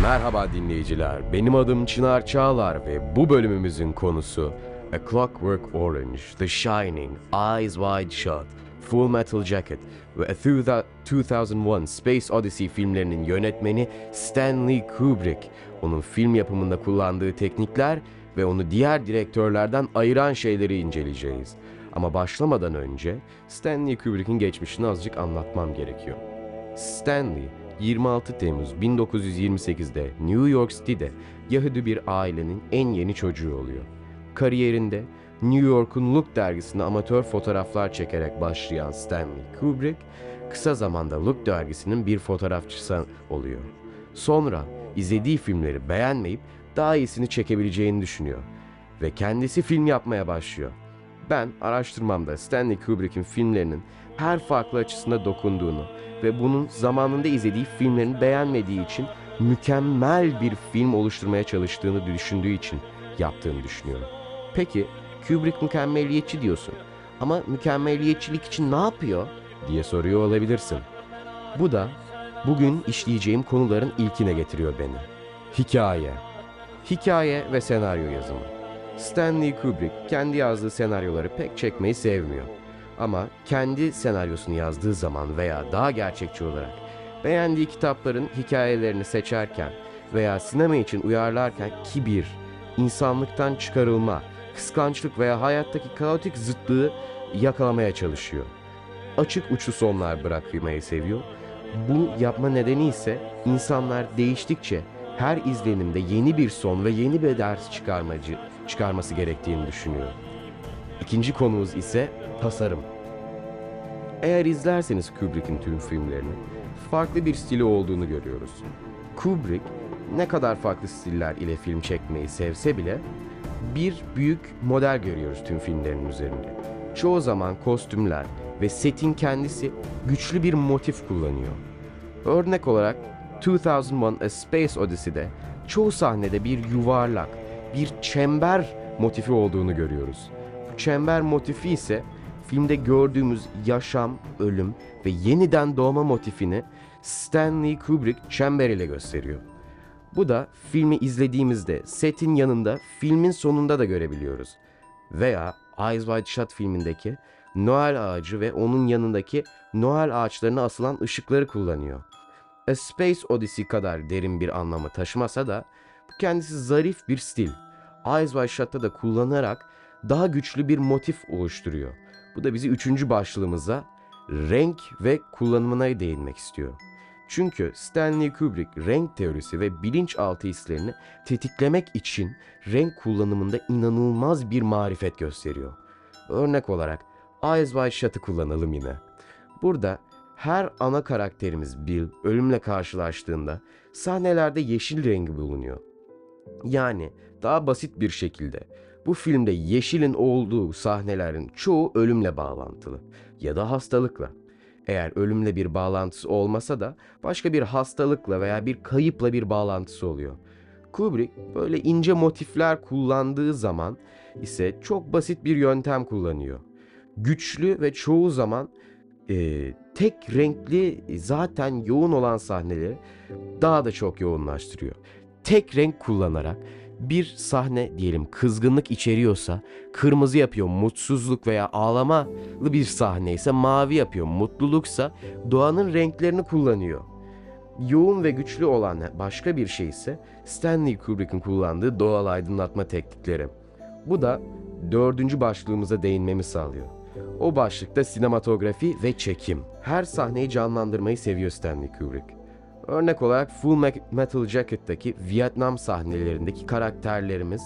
Merhaba dinleyiciler, benim adım Çınar Çağlar ve bu bölümümüzün konusu A Clockwork Orange, The Shining, Eyes Wide Shut, Full Metal Jacket ve A 2001 Space Odyssey filmlerinin yönetmeni Stanley Kubrick, onun film yapımında kullandığı teknikler ve onu diğer direktörlerden ayıran şeyleri inceleyeceğiz. Ama başlamadan önce Stanley Kubrick'in geçmişini azıcık anlatmam gerekiyor. Stanley, 26 Temmuz 1928'de New York City'de Yahudi bir ailenin en yeni çocuğu oluyor. Kariyerinde New York'un Look dergisinde amatör fotoğraflar çekerek başlayan Stanley Kubrick, kısa zamanda Look dergisinin bir fotoğrafçısı oluyor. Sonra izlediği filmleri beğenmeyip daha iyisini çekebileceğini düşünüyor ve kendisi film yapmaya başlıyor. Ben araştırmamda Stanley Kubrick'in filmlerinin her farklı açısına dokunduğunu ve bunun zamanında izlediği filmlerini beğenmediği için mükemmel bir film oluşturmaya çalıştığını düşündüğü için yaptığını düşünüyorum. Peki Kubrick mükemmeliyetçi diyorsun ama mükemmeliyetçilik için ne yapıyor diye soruyor olabilirsin. Bu da bugün işleyeceğim konuların ilkine getiriyor beni. Hikaye. Hikaye ve senaryo yazımı. Stanley Kubrick kendi yazdığı senaryoları pek çekmeyi sevmiyor. Ama kendi senaryosunu yazdığı zaman veya daha gerçekçi olarak beğendiği kitapların hikayelerini seçerken veya sinema için uyarlarken kibir, insanlıktan çıkarılma, kıskançlık veya hayattaki kaotik zıtlığı yakalamaya çalışıyor. Açık uçlu sonlar bırakmayı seviyor. Bu yapma nedeni ise insanlar değiştikçe her izlenimde yeni bir son ve yeni bir ders çıkarması gerektiğini düşünüyor. İkinci konumuz ise tasarım. Eğer izlerseniz Kubrick'in tüm filmlerini, farklı bir stili olduğunu görüyoruz. Kubrick ne kadar farklı stiller ile film çekmeyi sevse bile bir büyük model görüyoruz tüm filmlerinin üzerinde. Çoğu zaman kostümler ve setin kendisi güçlü bir motif kullanıyor. Örnek olarak 2001 A Space Odyssey'de çoğu sahnede bir yuvarlak, bir çember motifi olduğunu görüyoruz. Bu çember motifi ise filmde gördüğümüz yaşam, ölüm ve yeniden doğma motifini Stanley Kubrick çember ile gösteriyor. Bu da filmi izlediğimizde setin yanında filmin sonunda da görebiliyoruz. Veya Eyes Wide Shut filmindeki Noel ağacı ve onun yanındaki Noel ağaçlarına asılan ışıkları kullanıyor. A Space Odyssey kadar derin bir anlamı taşımasa da bu kendisi zarif bir stil. Eyes Wide Shut'ta da kullanarak daha güçlü bir motif oluşturuyor. Bu da bizi üçüncü başlığımıza renk ve kullanımına değinmek istiyor. Çünkü Stanley Kubrick renk teorisi ve bilinçaltı hislerini tetiklemek için renk kullanımında inanılmaz bir marifet gösteriyor. Örnek olarak Eyes Wide Shut'ı kullanalım yine. Burada her ana karakterimiz Bill ölümle karşılaştığında sahnelerde yeşil rengi bulunuyor. Yani daha basit bir şekilde bu filmde yeşilin olduğu sahnelerin çoğu ölümle bağlantılı ya da hastalıkla. Eğer ölümle bir bağlantısı olmasa da başka bir hastalıkla veya bir kayıpla bir bağlantısı oluyor. Kubrick böyle ince motifler kullandığı zaman ise çok basit bir yöntem kullanıyor. Güçlü ve çoğu zaman tek renkli zaten yoğun olan sahneleri daha da çok yoğunlaştırıyor. Tek renk kullanarak bir sahne diyelim kızgınlık içeriyorsa kırmızı yapıyor, mutsuzluk veya ağlamalı bir sahne ise mavi yapıyor, mutluluksa doğanın renklerini kullanıyor. Yoğun ve güçlü olan başka bir şey ise Stanley Kubrick'in kullandığı doğal aydınlatma teknikleri. Bu da dördüncü başlığımıza değinmemi sağlıyor. O başlıkta sinematografi ve çekim. Her sahneyi canlandırmayı seviyor Stanley Kubrick. Örnek olarak Full Metal Jacket'taki Vietnam sahnelerindeki karakterlerimiz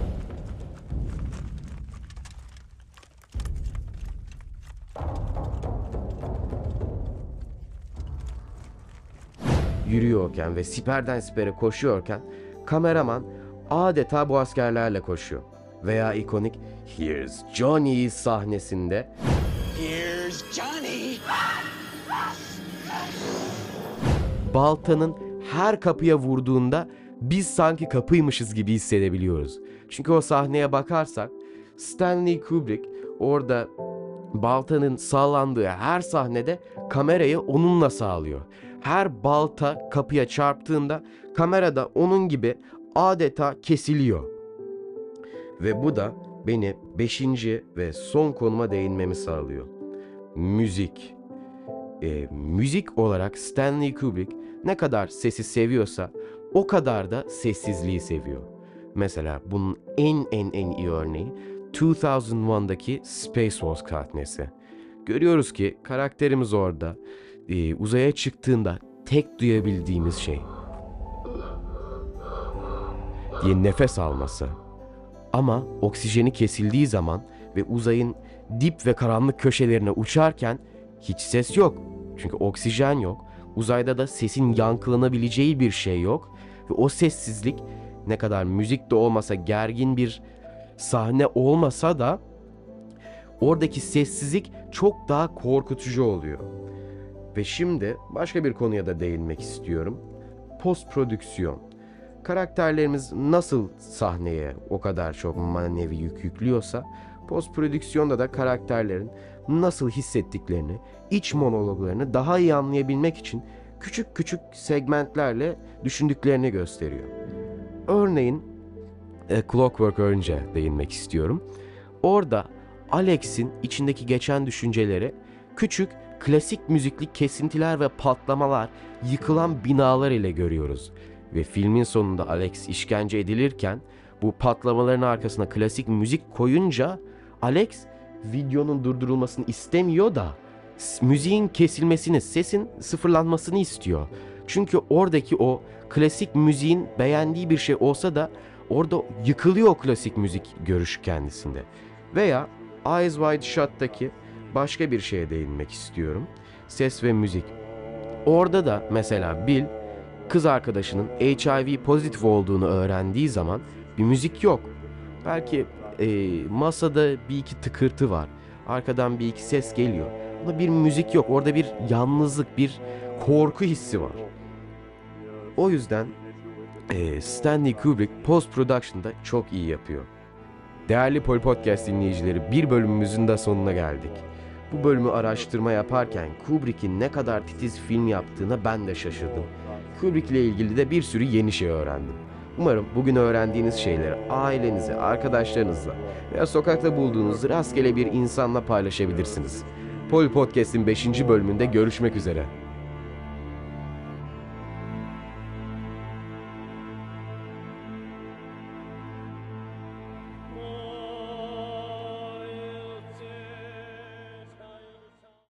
yürüyorken ve siperden sipere koşuyorken kameraman adeta bu askerlerle koşuyor. Veya ikonik Here's Johnny sahnesinde Here's Johnny. baltanın her kapıya vurduğunda biz sanki kapıymışız gibi hissedebiliyoruz. Çünkü o sahneye bakarsak Stanley Kubrick orada baltanın sallandığı her sahnede kamerayı onunla sağlıyor. Her balta kapıya çarptığında kamerada onun gibi adeta kesiliyor. Ve bu da beni 5. ve son konuma değinmemi sağlıyor. Müzik. Müzik olarak Stanley Kubrick ne kadar sesi seviyorsa o kadar da sessizliği seviyor. Mesela bunun en iyi örneği 2001'daki Space Force sahnesi. Görüyoruz ki karakterimiz orada uzaya çıktığında tek duyabildiğimiz şey diye nefes alması. Ama oksijeni kesildiği zaman ve uzayın dip ve karanlık köşelerine uçarken hiç ses yok. Çünkü oksijen yok. Uzayda da sesin yankılanabileceği bir şey yok. Ve o sessizlik ne kadar müzik de olmasa, gergin bir sahne olmasa da oradaki sessizlik çok daha korkutucu oluyor. Ve şimdi başka bir konuya da değinmek istiyorum. Post prodüksiyon. Karakterlerimiz nasıl sahneye o kadar çok manevi yük yüklüyorsa, post prodüksiyonda da karakterlerin nasıl hissettiklerini, iç monologlarını daha iyi anlayabilmek için küçük küçük segmentlerle düşündüklerini gösteriyor. Örneğin Clockwork Orange'e değinmek istiyorum. Orada Alex'in içindeki geçen düşünceleri küçük klasik müzikli kesintiler ve patlamalar, yıkılan binalar ile görüyoruz. Ve filmin sonunda Alex işkence edilirken bu patlamaların arkasına klasik müzik koyunca Alex videonun durdurulmasını istemiyor da müziğin kesilmesini, sesin sıfırlanmasını istiyor. Çünkü oradaki o klasik müziğin beğendiği bir şey olsa da orada yıkılıyor o klasik müzik görüşü kendisinde. Veya Eyes Wide Shut'taki başka bir şeye değinmek istiyorum. Ses ve müzik. Orada da mesela Bill kız arkadaşının HIV pozitif olduğunu öğrendiği zaman bir müzik yok. Belki masada bir iki tıkırtı var. Arkadan bir iki ses geliyor. Ama bir müzik yok. Orada bir yalnızlık, bir korku hissi var. O yüzden Stanley Kubrick post production'da çok iyi yapıyor. Değerli Pol Podcast dinleyicileri, bir bölümümüzün de sonuna geldik. Bu bölümü araştırma yaparken Kubrick'in ne kadar titiz film yaptığına ben de şaşırdım. Kubrick ile ilgili de bir sürü yeni şey öğrendim. Umarım bugün öğrendiğiniz şeyleri ailenize, arkadaşlarınızla veya sokakta bulduğunuz rastgele bir insanla paylaşabilirsiniz. Pol Podcast'in 5. bölümünde görüşmek üzere.